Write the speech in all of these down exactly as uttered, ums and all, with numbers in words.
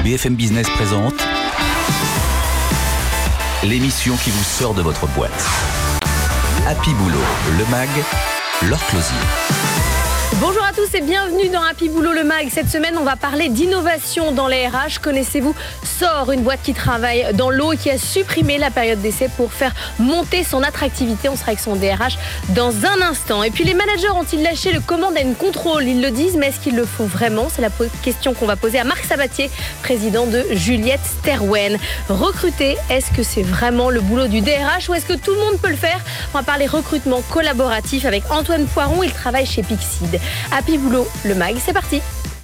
B F M Business présente l'émission qui vous sort de votre boîte. Happy Boulot, le mag, Laure Closier. Bonjour à tous et bienvenue dans Happy Boulot le Mag. Cette semaine, on va parler d'innovation dans les R H. Connaissez-vous S O R, une boîte qui travaille dans l'eau et qui a supprimé la période d'essai pour faire monter son attractivité. On sera avec son D R H dans un instant. Et puis, les managers ont-ils lâché le command and control ? Ils le disent, mais est-ce qu'ils le font vraiment ? C'est la question qu'on va poser à Marc Sabatier, président de Juliette Sterwen. Recruter, est-ce que c'est vraiment le boulot du D R H ou est-ce que tout le monde peut le faire ? On va parler recrutement collaboratif avec Antoine Poiron. Il travaille chez Pixid. Happy Boulot, le Mag, c'est parti.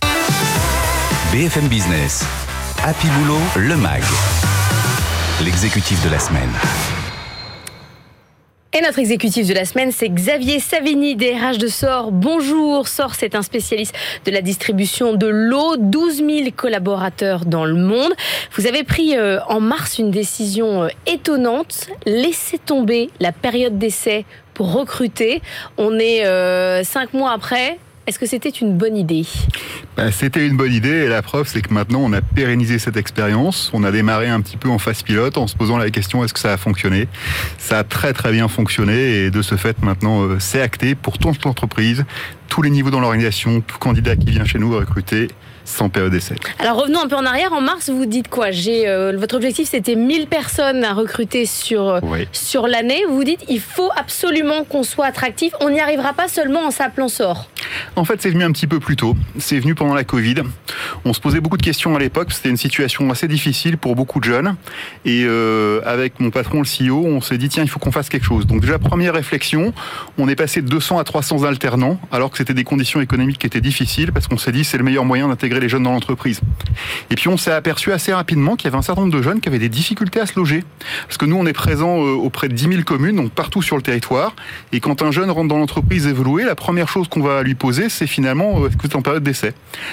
B F M Business, Happy Boulot, le Mag, l'exécutif de la semaine. Et notre exécutif de la semaine, c'est Xavier Savigny, D R H de S O R. Bonjour, S O R, c'est un spécialiste de la distribution de l'eau, douze mille collaborateurs dans le monde. Vous avez pris euh, en mars une décision euh, étonnante, laisser tomber la période d'essai pour recruter. On est euh, cinq mois après. Est-ce que c'était une bonne idée ? Ben, c'était une bonne idée et la preuve, c'est que maintenant, on a pérennisé cette expérience. On a démarré un petit peu en phase pilote en se posant la question, est-ce que ça a fonctionné ? Ça a très très bien fonctionné et de ce fait, maintenant, euh, c'est acté pour toute l'entreprise, tous les niveaux dans l'organisation, tout candidat qui vient chez nous recruter sans période d'essai. Alors revenons un peu en arrière. En mars, vous dites quoi ? J'ai, euh, votre objectif, c'était mille personnes à recruter sur, oui. sur l'année. Vous dites, il faut absolument qu'on soit attractif. On n'y arrivera pas seulement en s'appelant S O R. En fait, c'est venu un petit peu plus tôt. C'est venu pendant la Covid. On se posait beaucoup de questions à l'époque. C'était une situation assez difficile pour beaucoup de jeunes. Et euh, avec mon patron, le C E O, on s'est dit, tiens, il faut qu'on fasse quelque chose. Donc déjà, première réflexion, on est passé de deux cents à trois cents alternants, alors que c'était des conditions économiques qui étaient difficiles, parce qu'on s'est dit, c'est le meilleur moyen d'intégrer les jeunes dans l'entreprise. Et puis, on s'est aperçu assez rapidement qu'il y avait un certain nombre de jeunes qui avaient des difficultés à se loger. Parce que nous, on est présent euh, auprès de dix mille communes, donc partout sur le territoire. Et quand un jeune rentre dans l'entreprise évoluée, la première chose qu'on va lui poser, c'est finalement, est-ce que vous êtes en période d'essai ?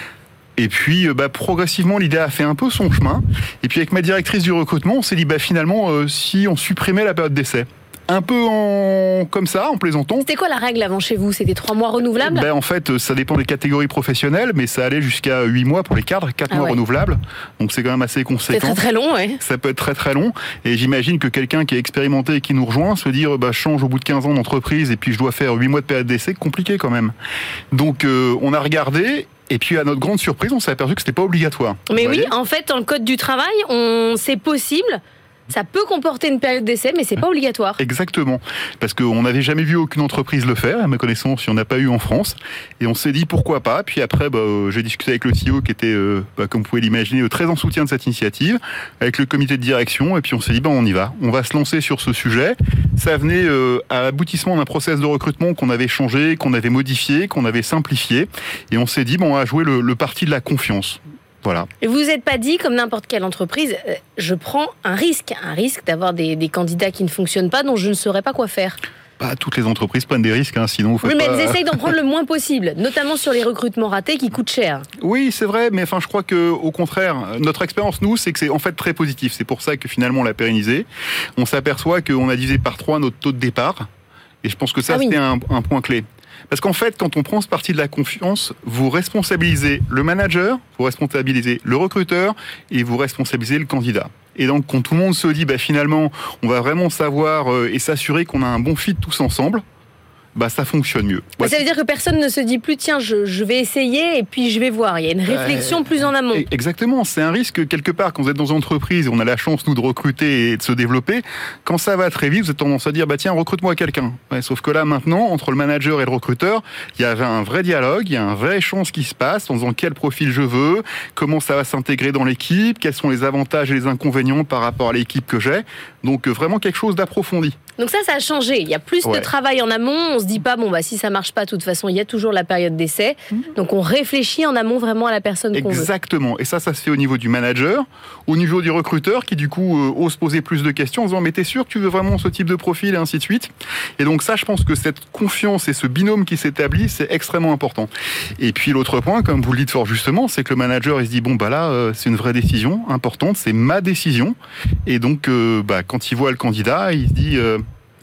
Et puis, bah, progressivement, l'idée a fait un peu son chemin. Et puis, avec ma directrice du recrutement, on s'est dit, bah, finalement, euh, si on supprimait la période d'essai, un peu en comme ça, en plaisantant. C'était quoi la règle avant chez vous ? C'était trois mois renouvelables ? Ben, en fait, ça dépend des catégories professionnelles, mais ça allait jusqu'à huit mois pour les cadres, quatre ah mois ouais. renouvelables. Donc c'est quand même assez conséquent. C'est très très long, oui. Ça peut être très très long. Et j'imagine que quelqu'un qui est expérimenté et qui nous rejoint se dire, bah, je change au bout de quinze ans d'entreprise et puis je dois faire huit mois de période d'essai, compliqué quand même. Donc euh, on a regardé. Et puis, à notre grande surprise, on s'est aperçu que c'était pas obligatoire. Mais oui, en fait, dans le code du travail, on... c'est possible. Ça peut comporter une période d'essai, mais c'est pas obligatoire. Exactement. Parce qu'on n'avait jamais vu aucune entreprise le faire. À ma connaissance, il n'y en a pas eu en France. Et on s'est dit pourquoi pas. Puis après, bah, j'ai discuté avec le C E O qui était, euh, bah, comme vous pouvez l'imaginer, très en soutien de cette initiative, avec le comité de direction. Et puis on s'est dit, bah, on y va. On va se lancer sur ce sujet. Ça venait euh, à l'aboutissement d'un process de recrutement qu'on avait changé, qu'on avait modifié, qu'on avait simplifié. Et on s'est dit, bon, on va jouer le, le parti de la confiance. Voilà. Et vous vous êtes pas dit, comme n'importe quelle entreprise, euh, je prends un risque, un risque d'avoir des, des candidats qui ne fonctionnent pas, dont je ne saurais pas quoi faire. Bah, toutes les entreprises prennent des risques, hein, sinon vous faites oui, mais pas... elles essayent d'en prendre le moins possible, notamment sur les recrutements ratés qui coûtent cher. Oui, c'est vrai, mais enfin, je crois que au contraire, notre expérience, nous, c'est que c'est en fait très positif. C'est pour ça que finalement, on l'a pérennisé. On s'aperçoit qu'on a divisé par trois notre taux de départ, et je pense que ça, ah oui. c'était un, un point clé. Parce qu'en fait, quand on prend ce parti de la confiance, vous responsabilisez le manager, vous responsabilisez le recruteur et vous responsabilisez le candidat. Et donc, quand tout le monde se dit, bah, finalement, on va vraiment savoir euh, et s'assurer qu'on a un bon fit tous ensemble, bah, ça fonctionne mieux. Ouais, ça veut dire que personne ne se dit plus, tiens, je, je vais essayer et puis je vais voir. Il y a une réflexion euh, plus en amont. Exactement. C'est un risque, quelque part, quand vous êtes dans une entreprise, on a la chance, nous, de recruter et de se développer. Quand ça va très vite, vous avez tendance à dire, bah, tiens, recrute-moi quelqu'un. Ouais, sauf que là, maintenant, entre le manager et le recruteur, il y avait un vrai dialogue, il y a un vrai échange qui se passe en disant quel profil je veux, comment ça va s'intégrer dans l'équipe, quels sont les avantages et les inconvénients par rapport à l'équipe que j'ai. Donc, vraiment quelque chose d'approfondi. Donc ça, ça a changé. Il y a plus ouais. de travail en amont. On se dit pas, bon, bah, si ça marche pas, de toute façon, il y a toujours la période d'essai. Mmh. Donc on réfléchit en amont vraiment à la personne qu'on veut. Exactement. Et ça, ça se fait au niveau du manager, au niveau du recruteur, qui du coup euh, ose poser plus de questions en disant, mais t'es sûr que tu veux vraiment ce type de profil et ainsi de suite. Et donc ça, je pense que cette confiance et ce binôme qui s'établit, c'est extrêmement important. Et puis l'autre point, comme vous le dites fort justement, c'est que le manager, il se dit, bon, bah là, euh, c'est une vraie décision importante, c'est ma décision. Et donc, euh, bah, quand il voit le candidat, il se dit, euh,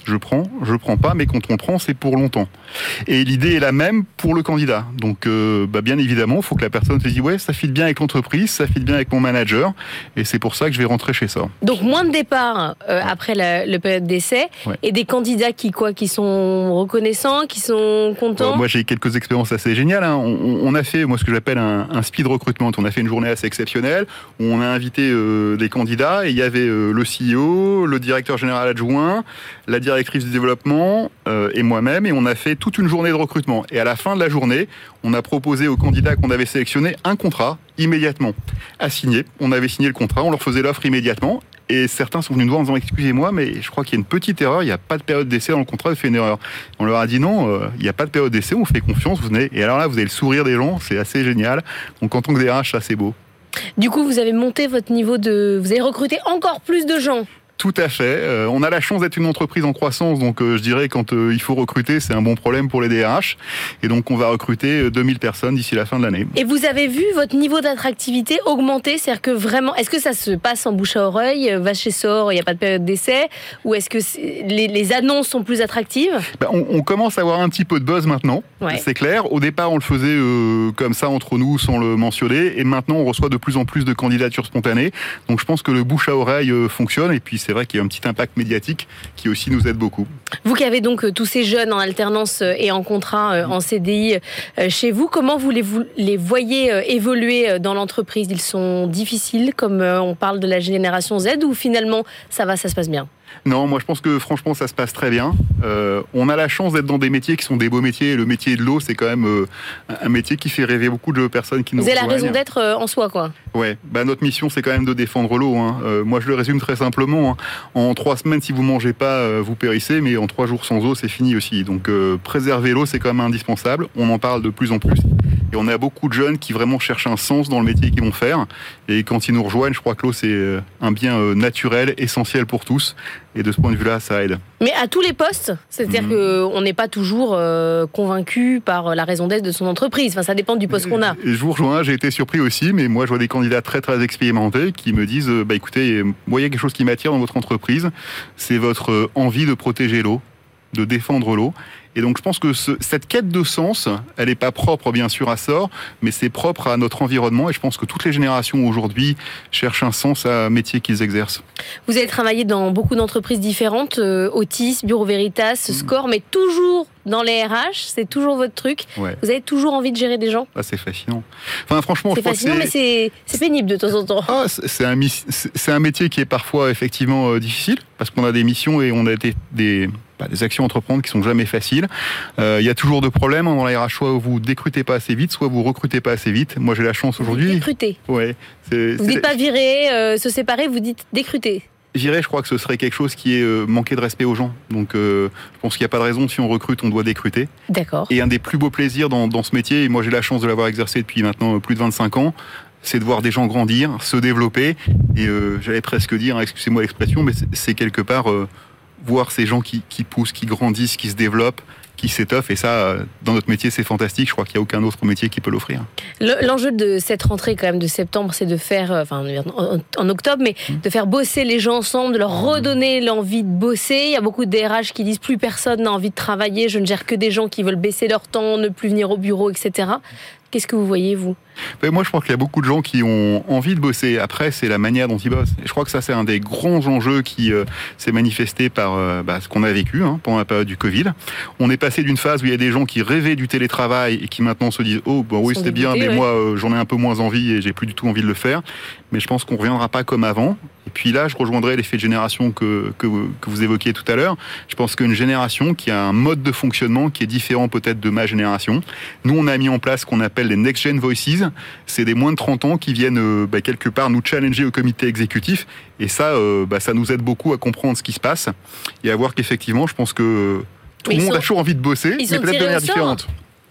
Je prends, je prends pas, mais quand on prend, c'est pour longtemps. Et l'idée est la même pour le candidat. Donc, euh, bah, bien évidemment, il faut que la personne se dise, ouais, ça fit bien avec l'entreprise, ça fit bien avec mon manager, et c'est pour ça que je vais rentrer chez SOR. Donc, moins de départs euh, après la, la période d'essai, ouais. Et des candidats qui, quoi, qui sont reconnaissants, qui sont contents. Euh, moi, j'ai quelques expériences assez géniales. Hein. On, on a fait, moi, ce que j'appelle un, un speed recrutement. On a fait une journée assez exceptionnelle où on a invité euh, des candidats, et il y avait euh, le C E O, le directeur général adjoint, la directrice du développement euh, et moi-même, et on a fait toute une journée de recrutement. Et à la fin de la journée, on a proposé aux candidats qu'on avait sélectionnés un contrat immédiatement à signer. On avait signé le contrat, on leur faisait l'offre immédiatement. Et certains sont venus nous voir en disant « Excusez-moi, mais je crois qu'il y a une petite erreur, il n'y a pas de période d'essai dans le contrat, vous faites une erreur. » On leur a dit « Non, euh, il n'y a pas de période d'essai, on fait confiance, vous venez. » Et alors là, vous avez le sourire des gens, c'est assez génial. Donc en tant que D R H, ça c'est beau. Du coup, vous avez monté votre niveau de... Vous avez recruté encore plus de gens. Tout à fait. Euh, on a la chance d'être une entreprise en croissance, donc euh, je dirais quand euh, il faut recruter, c'est un bon problème pour les D R H. Et donc on va recruter deux mille personnes d'ici la fin de l'année. Et vous avez vu votre niveau d'attractivité augmenter, c'est-à-dire que vraiment, est-ce que ça se passe en bouche à oreille, va chez SOR, il n'y a pas de période d'essai, ou est-ce que les, les annonces sont plus attractives? ben, on, on commence à avoir un petit peu de buzz maintenant, ouais. C'est clair. Au départ, on le faisait euh, comme ça entre nous, sans le mentionner, et maintenant on reçoit de plus en plus de candidatures spontanées. Donc je pense que le bouche à oreille euh, fonctionne, et puis c'est vrai qu'il y a un petit impact médiatique qui aussi nous aide beaucoup. Vous qui avez donc euh, tous ces jeunes en alternance euh, et en contrat euh, en C D I euh, chez vous, comment vous les, vous les voyez euh, évoluer euh, dans l'entreprise? Ils sont difficiles, comme euh, on parle de la génération Z, ou finalement ça va, ça se passe bien? Non, moi je pense que franchement ça se passe très bien. Euh, on a la chance d'être dans des métiers qui sont des beaux métiers. Le métier de l'eau, c'est quand même euh, un métier qui fait rêver beaucoup de personnes qui nous rejoignent. Vous avez la raison d'être euh, en soi, quoi. Ouais, bah notre mission c'est quand même de défendre l'eau. Hein. Euh, moi je le résume très simplement. Hein. En trois semaines, si vous mangez pas, euh, vous périssez, mais en trois jours sans eau, c'est fini aussi. Donc euh, préserver l'eau, c'est quand même indispensable. On en parle de plus en plus. Et on a beaucoup de jeunes qui vraiment cherchent un sens dans le métier qu'ils vont faire. Et quand ils nous rejoignent, je crois que l'eau c'est un bien euh, naturel, essentiel pour tous. Et de ce point de vue-là, ça aide. Mais à tous les postes, c'est-à-dire mmh. qu'on n'est pas toujours euh, convaincu par la raison d'être de son entreprise. Enfin, ça dépend du poste qu'on a. Je vous rejoins, j'ai été surpris aussi, mais moi je vois des candidats très très expérimentés qui me disent bah, écoutez, moi il y a quelque chose qui m'attire dans votre entreprise, c'est votre envie de protéger l'eau, de défendre l'eau. Et donc je pense que ce, cette quête de sens, elle n'est pas propre bien sûr à SOR, mais c'est propre à notre environnement, et je pense que toutes les générations aujourd'hui cherchent un sens à un métier qu'ils exercent. Vous avez travaillé dans beaucoup d'entreprises différentes, euh, Otis, Bureau Veritas, mmh. Score, mais toujours dans les R H, c'est toujours votre truc. Ouais. Vous avez toujours envie de gérer des gens? Ah, c'est fascinant. Enfin franchement, c'est je fascinant, pense mais c'est, c'est pénible de temps en temps. Ah, c'est, un, c'est un métier qui est parfois effectivement euh, difficile, parce qu'on a des missions et on a des... des des actions à entreprendre qui sont jamais faciles. Il euh, y a toujours de problèmes dans la R H, soit vous décrutez pas assez vite, soit vous recrutez pas assez vite. Moi j'ai la chance aujourd'hui. Décruter. Ouais. C'est, vous c'est... dites pas virer, euh, se séparer, vous dites décruter. Virer, je crois que ce serait quelque chose qui est euh, manquer de respect aux gens. Donc euh, je pense qu'il n'y a pas de raison, si on recrute, on doit décruter. D'accord. Et un des plus beaux plaisirs dans, dans ce métier, et moi j'ai la chance de l'avoir exercé depuis maintenant plus de vingt-cinq ans, c'est de voir des gens grandir, se développer. Et euh, j'allais presque dire, hein, excusez-moi l'expression, mais c'est, c'est quelque part... Euh, voir ces gens qui, qui poussent, qui grandissent, qui se développent, qui s'étoffent. Et ça, dans notre métier, c'est fantastique. Je crois qu'il n'y a aucun autre métier qui peut l'offrir. L'enjeu de cette rentrée quand même de septembre, c'est de faire, enfin en, en octobre, mais mmh. de faire bosser les gens ensemble, de leur redonner l'envie de bosser. Il y a beaucoup de D R H qui disent plus personne n'a envie de travailler, je ne gère que des gens qui veulent baisser leur temps, ne plus venir au bureau, et cetera. Qu'est-ce que vous voyez, vous ? Ben moi, je crois qu'il y a beaucoup de gens qui ont envie de bosser. Après, c'est la manière dont ils bossent. Et je crois que ça, c'est un des grands enjeux qui euh, s'est manifesté par euh, bah, ce qu'on a vécu hein, pendant la période du Covid. On est passé d'une phase où il y a des gens qui rêvaient du télétravail et qui maintenant se disent « Oh, bah oui, c'était bien, mais ouais. moi, euh, j'en ai un peu moins envie et j'ai plus du tout envie de le faire. » Mais je pense qu'on ne reviendra pas comme avant. Et puis là, je rejoindrai l'effet de génération que, que, que vous évoquiez tout à l'heure. Je pense qu'une génération qui a un mode de fonctionnement qui est différent peut-être de ma génération. Nous, on a mis en place ce qu'on appelle les Next Gen Voices. C'est des moins de trente ans qui viennent euh, bah, quelque part nous challenger au comité exécutif. Et ça, euh, bah, ça nous aide beaucoup à comprendre ce qui se passe et à voir qu'effectivement, je pense que tout le monde sont... a toujours envie de bosser, Ils mais peut-être de manière différente.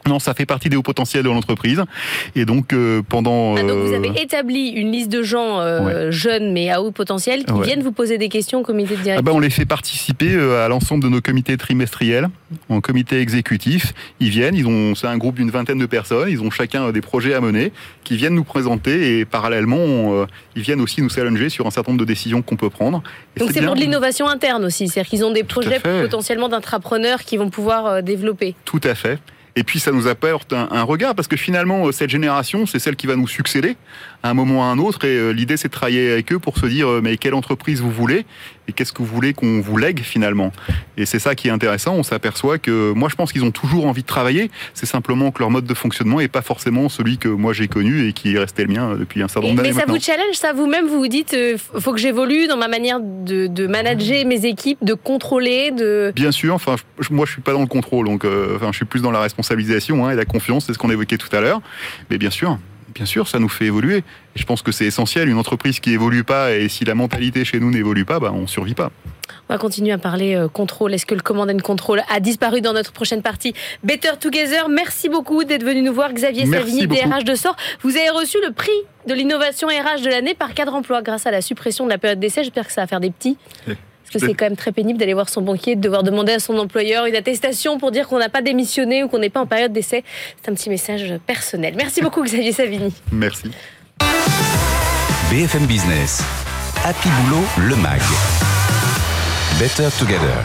Non, ça fait partie des hauts potentiels de l'entreprise. Et donc, euh, pendant... Ah, donc vous euh, avez établi une liste de gens euh, ouais. jeunes mais à haut potentiel qui Ouais. viennent vous poser des questions au comité de Ah direction. ben, on les fait participer euh, à l'ensemble de nos comités trimestriels, en comité exécutif. Ils viennent, ils ont, c'est un groupe d'une vingtaine de personnes, ils ont chacun euh, des projets à mener, qui viennent nous présenter et parallèlement, on, euh, ils viennent aussi nous challenger sur un certain nombre de décisions qu'on peut prendre. Et Donc c'est bien. pour de l'innovation interne aussi, c'est-à-dire qu'ils ont des Tout à projets fait. potentiellement d'intrapreneurs qui vont pouvoir euh, développer. Tout à fait. Et puis ça nous apporte un, un regard, parce que finalement, cette génération, c'est celle qui va nous succéder à un moment ou à un autre. Et euh, l'idée, c'est de travailler avec eux pour se dire, euh, mais quelle entreprise vous voulez et qu'est-ce que vous voulez qu'on vous lègue finalement. Et c'est ça qui est intéressant. On s'aperçoit que, moi, je pense qu'ils ont toujours envie de travailler. C'est simplement que leur mode de fonctionnement n'est pas forcément celui que moi j'ai connu et qui est resté le mien depuis un certain Et, nombre d'années mais ça maintenant. vous challenge, ça vous-même, vous vous dites, euh, faut que j'évolue dans ma manière de, de manager mes équipes, de contrôler, de... Bien sûr, enfin, je- moi je suis pas dans le contrôle, donc euh, enfin, je suis plus dans la responsabilisation hein, et la confiance, c'est ce qu'on évoquait tout à l'heure. Mais bien sûr, bien sûr, ça nous fait évoluer. Et je pense que c'est essentiel. Une entreprise qui évolue pas, et si la mentalité chez nous n'évolue pas, bah, on survit pas. On va continuer à parler euh, contrôle. Est-ce que le command and control a disparu dans notre prochaine partie Better Together, merci beaucoup d'être venu nous voir. Xavier Merci Savigny, beaucoup. D R H de Sor. Vous avez reçu le prix de l'innovation R H de l'année par Cadre Emploi grâce à la suppression de la période d'essai. J'espère que ça va faire des petits. Parce que c'est quand même très pénible d'aller voir son banquier, de devoir demander à son employeur une attestation pour dire qu'on n'a pas démissionné ou qu'on n'est pas en période d'essai. C'est un petit message personnel. Merci beaucoup Xavier Savigny. Merci. B F M Business, Happy Boulot, le mag. Better Together.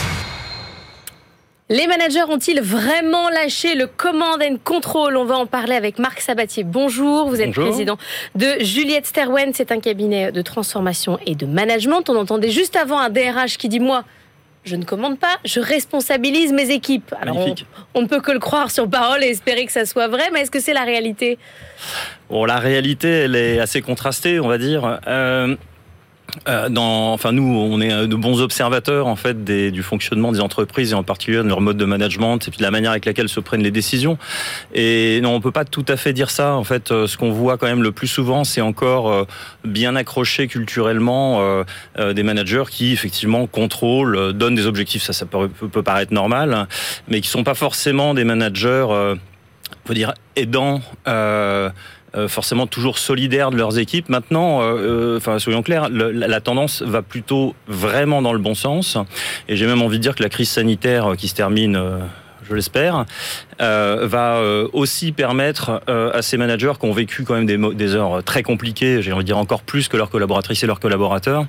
Les managers ont-ils vraiment lâché le command and control? On va en parler avec Marc Sabatier. Bonjour, vous êtes Bonjour. président de Juliette Sterwen. C'est un cabinet de transformation et de management. On entendait juste avant un D R H qui dit « Moi, je ne commande pas, je responsabilise mes équipes ». Alors on, Magnifique. on ne peut que le croire sur parole et espérer que ça soit vrai, mais est-ce que c'est la réalité? Bon, la réalité, elle est assez contrastée, on va dire. Euh, euh, dans, enfin, nous, on est de bons observateurs en fait des, du fonctionnement des entreprises et en particulier de leur mode de management et puis de la manière avec laquelle se prennent les décisions. Et non, on peut pas tout à fait dire ça. En fait, euh, ce qu'on voit quand même le plus souvent, c'est encore euh, bien accroché culturellement euh, euh, des managers qui effectivement contrôlent, euh, donnent des objectifs. Ça, ça peut, peut paraître normal, mais qui sont pas forcément des managers, euh, faut dire aidants. Euh, Euh, forcément toujours solidaires de leurs équipes. Maintenant, euh, enfin, soyons clairs, le, la, la tendance va plutôt vraiment dans le bon sens. Et j'ai même envie de dire que la crise sanitaire qui se termine, euh, je l'espère, euh, va euh, aussi permettre euh, à ces managers qui ont vécu quand même des, des heures très compliquées, j'ai envie de dire encore plus que leurs collaboratrices et leurs collaborateurs,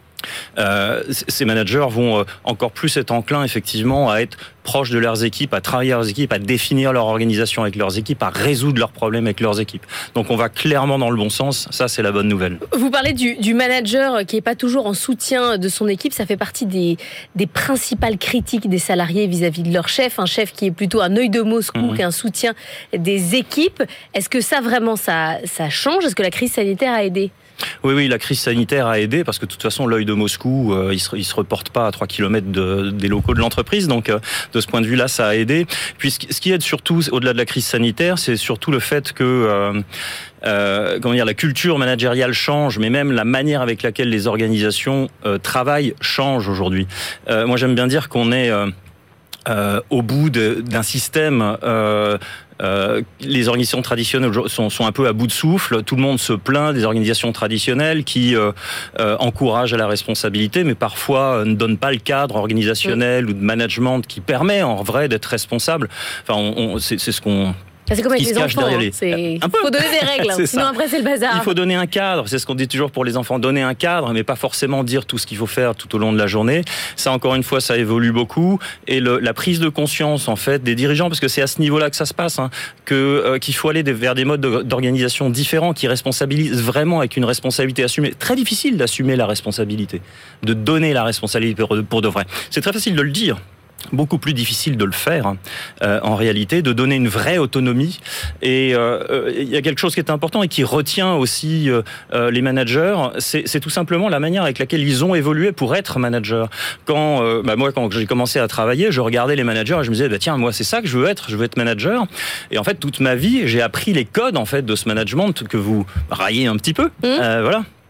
Euh, ces managers vont euh, encore plus être enclins effectivement à être proches de leurs équipes, à travailler avec leurs équipes, à définir leur organisation avec leurs équipes, à résoudre leurs problèmes avec leurs équipes. Donc on va clairement dans le bon sens, ça c'est la bonne nouvelle. Vous parlez du, du manager qui n'est pas toujours en soutien de son équipe, ça fait partie des, des principales critiques des salariés vis-à-vis de leur chef, un chef qui est plutôt un œil de Moscou mmh. qu'un soutien des équipes. Est-ce que ça vraiment ça, ça change? Est-ce que la crise sanitaire a aidé? Oui, oui, la crise sanitaire a aidé parce que de toute façon, l'œil de Moscou, euh, il se, il se reporte pas à trois kilomètres de, des locaux de l'entreprise. Donc, euh, de ce point de vue-là, ça a aidé. Puis, ce, ce qui aide surtout, au-delà de la crise sanitaire, c'est surtout le fait que, euh, euh, comment dire, la culture managériale change, mais même la manière avec laquelle les organisations euh, travaillent change aujourd'hui. Euh, moi, j'aime bien dire qu'on est euh, euh, au bout de, d'un système. Euh, Euh, les organisations traditionnelles sont, sont un peu à bout de souffle. Tout le monde se plaint des organisations traditionnelles qui euh, euh, encouragent à la responsabilité, mais parfois euh, ne donnent pas le cadre organisationnel oui. ou de management qui permet en vrai d'être responsable. Enfin, on, on, c'est, c'est ce qu'on C'est comme avec les enfants, hein. Il faut donner des règles, hein. Sinon ça. Après c'est le bazar. Il faut donner un cadre, c'est ce qu'on dit toujours pour les enfants, donner un cadre, mais pas forcément dire tout ce qu'il faut faire tout au long de la journée. Ça, encore une fois, ça évolue beaucoup. Et le, la prise de conscience, en fait, des dirigeants, parce que c'est à ce niveau-là que ça se passe, hein, que, euh, qu'il faut aller vers des modes de, d'organisation différents qui responsabilisent vraiment avec une responsabilité assumée. Très difficile d'assumer la responsabilité, de donner la responsabilité pour de, pour de vrai. C'est très facile de le dire. Beaucoup plus difficile de le faire euh, en réalité, de donner une vraie autonomie. Et il euh, y a quelque chose qui est important et qui retient aussi euh, les managers, c'est, c'est tout simplement la manière avec laquelle ils ont évolué pour être managers. Quand euh, bah moi, quand j'ai commencé à travailler, je regardais les managers et je me disais, bah tiens, moi c'est ça que je veux être, je veux être manager. Et en fait, toute ma vie, j'ai appris les codes en fait de ce management que vous raillez un petit peu, mmh. euh, voilà.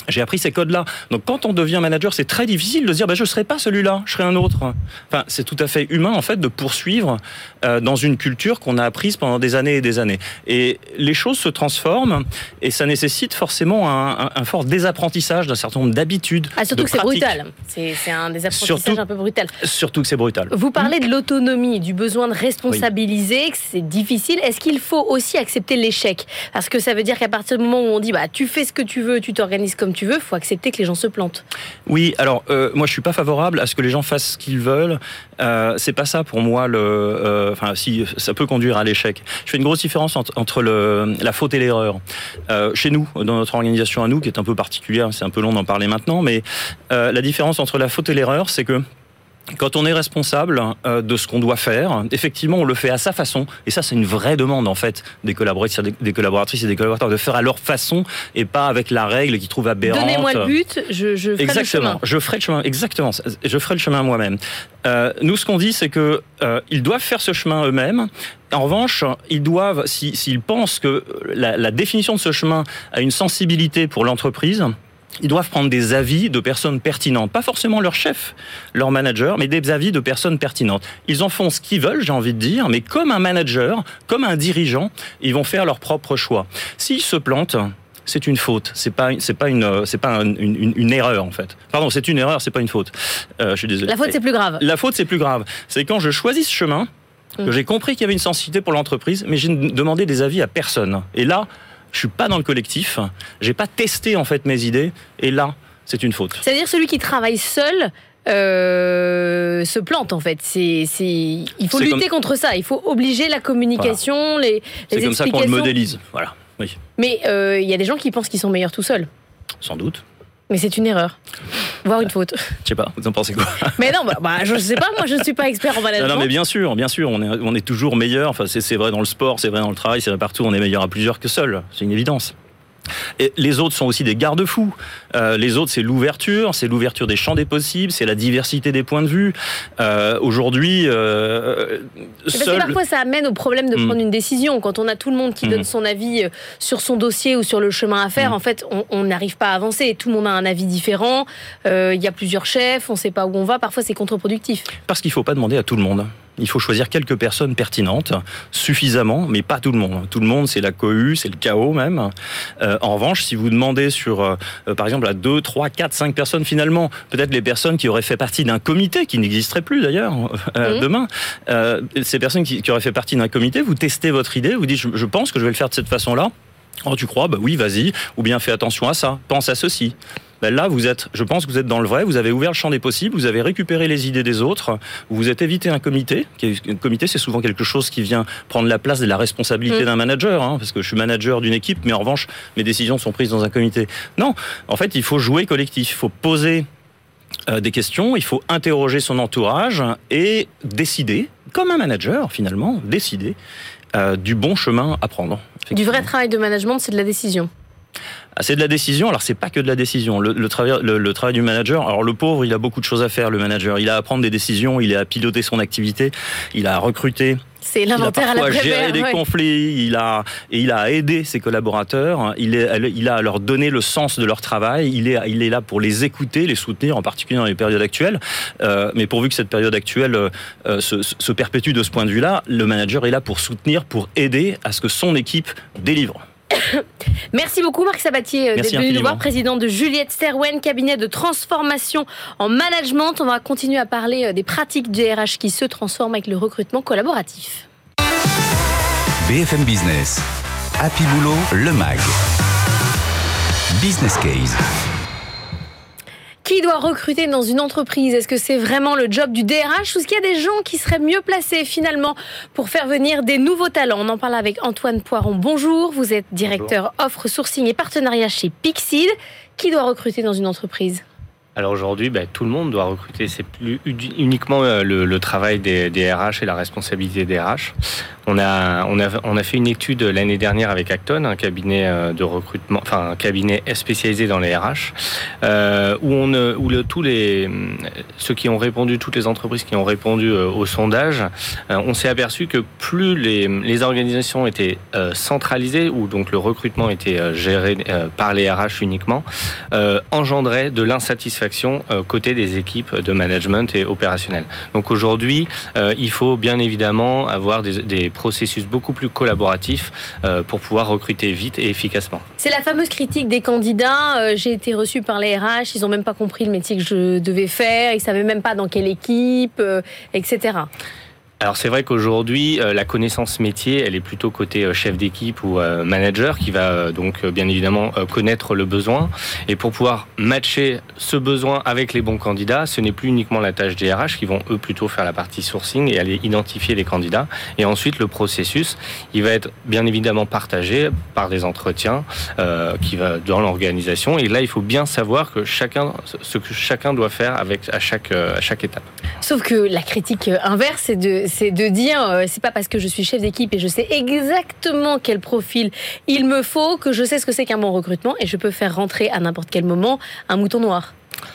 J'ai appris ces codes-là. Donc quand on devient manager, c'est très difficile de se dire bah, je ne serai pas celui-là, je serai un autre. Enfin, c'est tout à fait humain en fait de poursuivre euh, dans une culture qu'on a apprise pendant des années et des années. Et les choses se transforment et ça nécessite forcément un, un, un fort désapprentissage d'un certain nombre d'habitudes. Ah, surtout de que c'est pratiques. brutal. C'est, c'est un désapprentissage surtout, un peu brutal. Surtout que c'est brutal. Vous parlez de l'autonomie, du besoin de responsabiliser, oui. que c'est difficile. Est-ce qu'il faut aussi accepter l'échec ? Parce que ça veut dire qu'à partir du moment où on dit bah, tu fais ce que tu veux, tu t'organises comme tu veux, il faut accepter que les gens se plantent. Oui, alors euh, moi je suis pas favorable à ce que les gens fassent ce qu'ils veulent. Euh, c'est pas ça pour moi. Le, euh, enfin, si ça peut conduire à l'échec. Je fais une grosse différence entre, entre le, la faute et l'erreur. Euh, chez nous, dans notre organisation à nous, qui est un peu particulière, c'est un peu long d'en parler maintenant, mais euh, la différence entre la faute et l'erreur, c'est que quand on est responsable euh, de ce qu'on doit faire, effectivement, on le fait à sa façon. Et ça, c'est une vraie demande, en fait, des collaborateurs, des, des collaboratrices et des collaborateurs, de faire à leur façon et pas avec la règle qu'ils trouvent aberrante. Donnez-moi le but, je, je ferai exactement, le chemin. Je ferai le chemin, exactement. Je ferai le chemin moi-même. Euh, nous, ce qu'on dit, c'est que euh, ils doivent faire ce chemin eux-mêmes. En revanche, ils doivent, si, s'ils pensent que la, la définition de ce chemin a une sensibilité pour l'entreprise, ils doivent prendre des avis de personnes pertinentes. Pas forcément leur chef, leur manager, mais des avis de personnes pertinentes. Ils en font ce qu'ils veulent, j'ai envie de dire, mais comme un manager, comme un dirigeant, ils vont faire leur propre choix. S'ils se plantent, c'est une faute. C'est pas, c'est pas une, c'est pas une, une, une erreur en fait. Pardon, c'est une erreur, c'est pas une faute. Euh, je suis désolé. La faute, c'est plus grave. La faute, c'est plus grave. C'est quand je choisis ce chemin, que mmh. j'ai compris qu'il y avait une sensibilité pour l'entreprise, mais j'ai demandé des avis à personne. Et là, je suis pas dans le collectif, j'ai pas testé en fait mes idées, et là, c'est une faute. C'est-à-dire celui qui travaille seul euh, se plante en fait. C'est, c'est... Il faut c'est lutter comme... contre ça. Il faut obliger la communication, voilà. les, les c'est explications. C'est comme ça qu'on le modélise. Voilà. Oui. Mais il euh, y a des gens qui pensent qu'ils sont meilleurs tout seuls. Sans doute. Mais c'est une erreur, voire une faute. Je sais pas, vous en pensez quoi? Mais non, bah, bah, je sais pas, moi je ne suis pas expert en management. Non, non, mais bien sûr, bien sûr, on est, on est toujours meilleur. Enfin, c'est, c'est vrai dans le sport, c'est vrai dans le travail, c'est vrai partout, on est meilleur à plusieurs que seul. C'est une évidence. Et les autres sont aussi des garde-fous. Euh, les autres, c'est l'ouverture, c'est l'ouverture des champs des possibles, c'est la diversité des points de vue. Euh, aujourd'hui, euh, seul... parfois ça amène au problème de prendre mmh. une décision. Quand on a tout le monde qui mmh. donne son avis sur son dossier ou sur le chemin à faire, mmh. en fait, on n'arrive pas à avancer. Tout le monde a un avis différent. Il euh, y a plusieurs chefs, on ne sait pas où on va. Parfois, c'est contre-productif. Parce qu'il ne faut pas demander à tout le monde. Il faut choisir quelques personnes pertinentes, suffisamment, mais pas tout le monde. Tout le monde, c'est la cohue, c'est le chaos même. Euh, en revanche, si vous demandez sur, euh, par exemple, à deux, trois, quatre, cinq personnes, finalement, peut-être les personnes qui auraient fait partie d'un comité, qui n'existerait plus d'ailleurs euh, mmh. demain, euh, ces personnes qui, qui auraient fait partie d'un comité, vous testez votre idée, vous dites, je, je pense que je vais le faire de cette façon-là. Oh, tu crois? Bah oui, vas-y. Ou bien fais attention à ça. Pense à ceci. Ben là, vous êtes, je pense que vous êtes dans le vrai, vous avez ouvert le champ des possibles, vous avez récupéré les idées des autres, vous vous êtes évité un comité. Un comité, c'est souvent quelque chose qui vient prendre la place de la responsabilité mmh. d'un manager, hein, parce que je suis manager d'une équipe, mais en revanche, mes décisions sont prises dans un comité. Non, en fait, il faut jouer collectif, il faut poser euh, des questions, il faut interroger son entourage et décider, comme un manager finalement, décider euh, du bon chemin à prendre. Du vrai travail de management, c'est de la décision. C'est de la décision, alors c'est pas que de la décision. Le, le, travail, le, le travail du manager, alors le pauvre, il a beaucoup de choses à faire, le manager. Il a à prendre des décisions, il a à piloter son activité, il a à recruter. C'est l'inventaire à la Prévert. Il a parfois géré des ouais. conflits, il a, et il a à aider ses collaborateurs, il, est, il a à leur donner le sens de leur travail, il est, il est là pour les écouter, les soutenir, en particulier dans les périodes actuelles. Euh, mais pourvu que cette période actuelle euh, se, se perpétue de ce point de vue-là, le manager est là pour soutenir, pour aider à ce que son équipe délivre. Merci beaucoup Marc Sabatier d'être venu nous voir, président de Juliette Sterwen, cabinet de transformation en management. On va continuer à parler des pratiques du R H qui se transforment avec le recrutement collaboratif. B F M Business, Happy Boulot, le mag. Business Case. Qui doit recruter dans une entreprise? Est-ce que c'est vraiment le job du D R H ou est-ce qu'il y a des gens qui seraient mieux placés finalement pour faire venir des nouveaux talents? On en parle avec Antoine Poiron. Bonjour, vous êtes directeur Bonjour. Offre, sourcing et partenariat chez Pixid. Qui doit recruter dans une entreprise? Alors aujourd'hui, bah, tout le monde doit recruter. C'est plus uniquement le, le travail des, des R H et la responsabilité des R H. On a, on a, on a fait une étude l'année dernière avec Acton, un cabinet de recrutement, enfin un cabinet spécialisé dans les R H, euh, où on, où le, tous les ceux qui ont répondu, toutes les entreprises qui ont répondu au sondage, euh, on s'est aperçu que plus les, les organisations étaient euh, centralisées, ou donc le recrutement était euh, géré euh, par les R H uniquement, euh, engendrait de l'insatisfaction euh, côté des équipes de management et opérationnelles. Donc aujourd'hui, euh, il faut bien évidemment avoir des, des processus beaucoup plus collaboratifs euh, pour pouvoir recruter vite et efficacement. C'est la fameuse critique des candidats. Euh, j'ai été reçu par les R H, ils n'ont même pas compris le métier que je devais faire, ils ne savaient même pas dans quelle équipe, euh, et cetera. Alors c'est vrai qu'aujourd'hui, euh, la connaissance métier, elle est plutôt côté euh, chef d'équipe ou euh, manager qui va euh, donc euh, bien évidemment euh, connaître le besoin. Et pour pouvoir matcher ce besoin avec les bons candidats, ce n'est plus uniquement la tâche des R H qui vont eux plutôt faire la partie sourcing et aller identifier les candidats. Et ensuite le processus, il va être bien évidemment partagé par des entretiens euh, qui va dans l'organisation. Et là, il faut bien savoir que chacun, ce que chacun doit faire avec à chaque euh, à chaque étape. Sauf que la critique inverse, c'est de c'est de dire, euh, c'est pas parce que je suis chef d'équipe et je sais exactement quel profil il me faut que je sais ce que c'est qu'un bon recrutement et je peux faire rentrer à n'importe quel moment un mouton noir.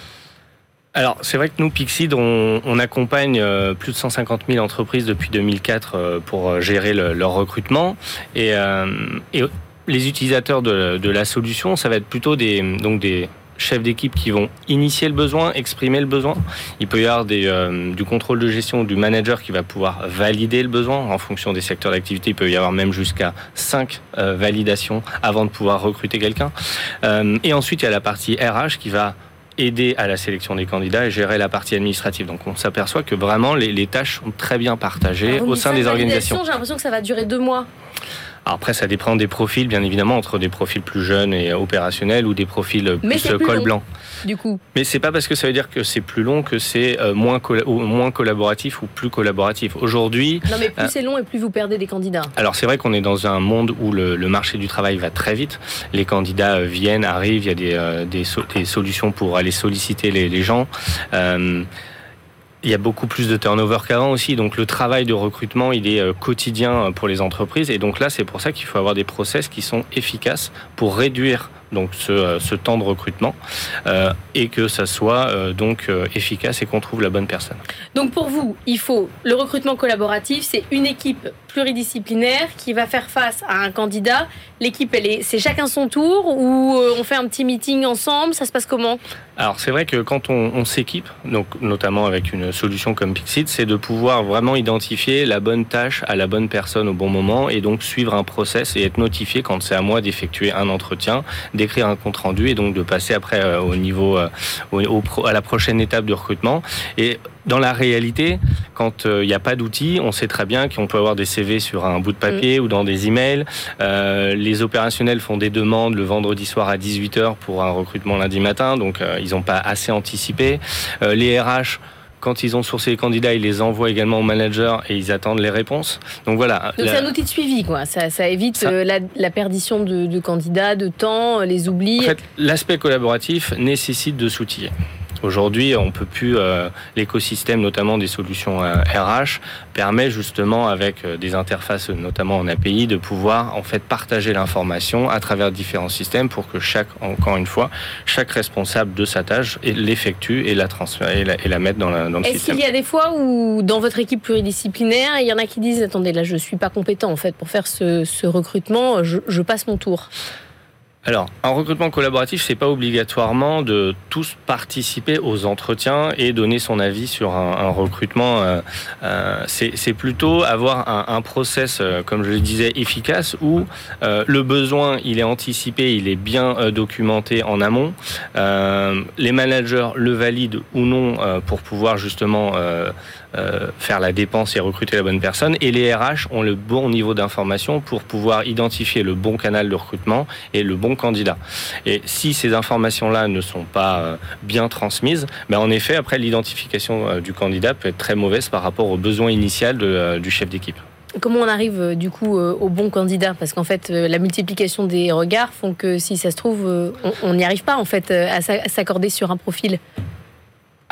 Alors, c'est vrai que nous, Pixid, on, on accompagne euh, plus de cent cinquante mille entreprises depuis deux mille quatre euh, pour gérer le, leur recrutement. Et, euh, et les utilisateurs de, de la solution, ça va être plutôt des, donc des chefs d'équipe qui vont initier le besoin, exprimer le besoin. Il peut y avoir des, euh, du contrôle de gestion du manager qui va pouvoir valider le besoin en fonction des secteurs d'activité. Il peut y avoir même jusqu'à cinq euh, validations avant de pouvoir recruter quelqu'un. Euh, et ensuite, il y a la partie R H qui va aider à la sélection des candidats et gérer la partie administrative. Donc on s'aperçoit que vraiment les, les tâches sont très bien partagées au sein des organisations. J'ai l'impression que ça va durer deux mois. Alors après, ça dépend des profils, bien évidemment, entre des profils plus jeunes et opérationnels ou des profils Mais plus, plus col long, blanc. Du coup. Mais c'est pas parce que ça veut dire que c'est plus long que c'est moins, coll- ou moins collaboratif ou plus collaboratif. Aujourd'hui. Non, mais plus euh, c'est long et plus vous perdez des candidats. Alors c'est vrai qu'on est dans un monde où le, le marché du travail va très vite. Les candidats viennent, arrivent, il y a des, euh, des, so- des solutions pour aller solliciter les, les gens. Euh, Il y a beaucoup plus de turnover qu'avant aussi, donc le travail de recrutement, il est quotidien pour les entreprises, et donc là, c'est pour ça qu'il faut avoir des process qui sont efficaces pour réduire donc ce, ce temps de recrutement euh, et que ça soit euh, donc euh, efficace et qu'on trouve la bonne personne. Donc pour vous, il faut le recrutement collaboratif, c'est une équipe pluridisciplinaire qui va faire face à un candidat. L'équipe, elle est, c'est chacun son tour ou on fait un petit meeting ensemble, ça se passe comment ? Alors c'est vrai que quand on, on s'équipe, donc notamment avec une solution comme Pixid, c'est de pouvoir vraiment identifier la bonne tâche à la bonne personne au bon moment et donc suivre un process et être notifié quand c'est à moi d'effectuer un entretien, d'écrire un compte rendu et donc de passer après euh, au niveau euh, au, au, à la prochaine étape de recrutement. Et dans la réalité, quand il euh, n'y a pas d'outils, on sait très bien qu'on peut avoir des C V sur un bout de papier mmh. ou dans des emails. Euh, les opérationnels font des demandes le vendredi soir à dix-huit heures pour un recrutement lundi matin, donc euh, ils n'ont pas assez anticipé. Euh, les R H, quand ils ont sourcé les candidats, ils les envoient également au manager et ils attendent les réponses. Donc voilà. Donc la... c'est un outil de suivi, quoi. Ça, ça évite ça... La, la perdition de, de candidats, de temps, les oublis. En fait, l'aspect collaboratif nécessite de s'outiller. Aujourd'hui, on peut plus. Euh, l'écosystème, notamment des solutions euh, R H, permet justement avec euh, des interfaces, notamment en A P I, de pouvoir en fait partager l'information à travers différents systèmes pour que chaque, encore une fois, chaque responsable de sa tâche l'effectue et la transfère et la, et la mette dans, la, dans le Est-ce système. Est-ce qu'il y a des fois où dans votre équipe pluridisciplinaire, il y en a qui disent attendez, là, je suis pas compétent en fait pour faire ce, ce recrutement, je, je passe mon tour. Alors, un recrutement collaboratif, c'est pas obligatoirement de tous participer aux entretiens et donner son avis sur un, un recrutement. Euh, euh, c'est, c'est plutôt avoir un, un process, euh, comme je le disais, efficace où euh, le besoin, il est anticipé, il est bien euh, documenté en amont. Euh, les managers le valident ou non euh, pour pouvoir justement euh, euh, faire la dépense et recruter la bonne personne. Et les R H ont le bon niveau d'information pour pouvoir identifier le bon canal de recrutement et le bon candidat. Et si ces informations-là ne sont pas bien transmises, ben en effet, après, l'identification du candidat peut être très mauvaise par rapport au besoin initial de, du chef d'équipe. Comment on arrive du coup au bon candidat ? Parce qu'en fait, la multiplication des regards font que si ça se trouve, on n'y arrive pas en fait à s'accorder sur un profil.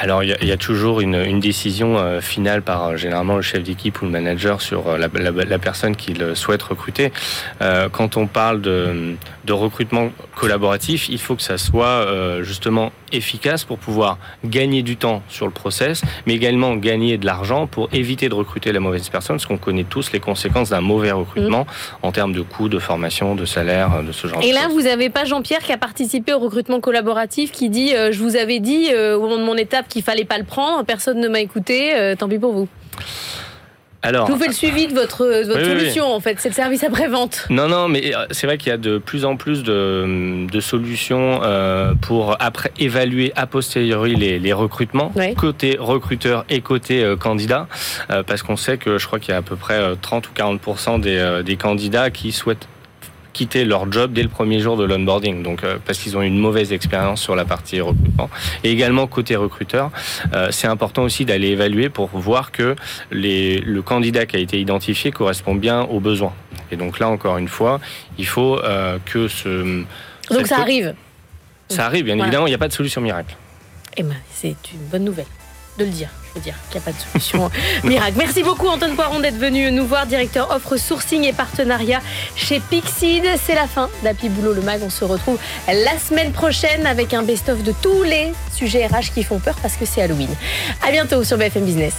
Alors, il y, y a toujours une, une décision euh, finale par euh, généralement le chef d'équipe ou le manager sur euh, la, la, la personne qu'il souhaite recruter. Euh, quand on parle de, de recrutement collaboratif, il faut que ça soit euh, justement efficace pour pouvoir gagner du temps sur le process, mais également gagner de l'argent pour éviter de recruter la mauvaise personne, parce qu'on connaît tous les conséquences d'un mauvais recrutement mmh. en termes de coûts, de formation, de salaire, de ce genre Et de là, choses. vous n'avez pas Jean-Pierre qui a participé au recrutement collaboratif, qui dit euh, « Je vous avais dit euh, au moment de mon étape qu'il fallait pas le prendre, personne ne m'a écouté, euh, tant pis pour vous ». Alors, vous faites le suivi de votre, de votre oui, solution, oui, oui. en fait, c'est le service après-vente. Non, non, mais c'est vrai qu'il y a de plus en plus de, de solutions euh, pour après évaluer a posteriori les, les recrutements, oui. côté recruteur et côté euh, candidat, euh, parce qu'on sait que je crois qu'il y a à peu près trente ou quarante pour cent des, euh, des candidats qui souhaitent quitter leur job dès le premier jour de l'onboarding, donc euh, parce qu'ils ont eu une mauvaise expérience sur la partie recrutement. Et également côté recruteur, euh, c'est important aussi d'aller évaluer pour voir que les, le candidat qui a été identifié correspond bien aux besoins. Et donc là, encore une fois, il faut euh, que ce... Donc ça co- arrive. Ça arrive, bien voilà. évidemment, il n'y a pas de solution miracle. Eh ben, c'est une bonne nouvelle de le dire. Je veux dire qu'il n'y a pas de solution miracle. Merci beaucoup Antoine Poiron d'être venu nous voir, directeur offre sourcing et partenariat chez Pixid. C'est la fin d'Happy Boulot le Mag. On se retrouve la semaine prochaine avec un best-of de tous les sujets R H qui font peur parce que c'est Halloween. À bientôt sur B F M Business.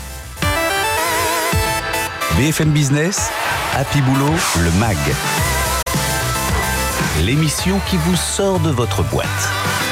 B F M Business, Happy Boulot le Mag. L'émission qui vous sort de votre boîte.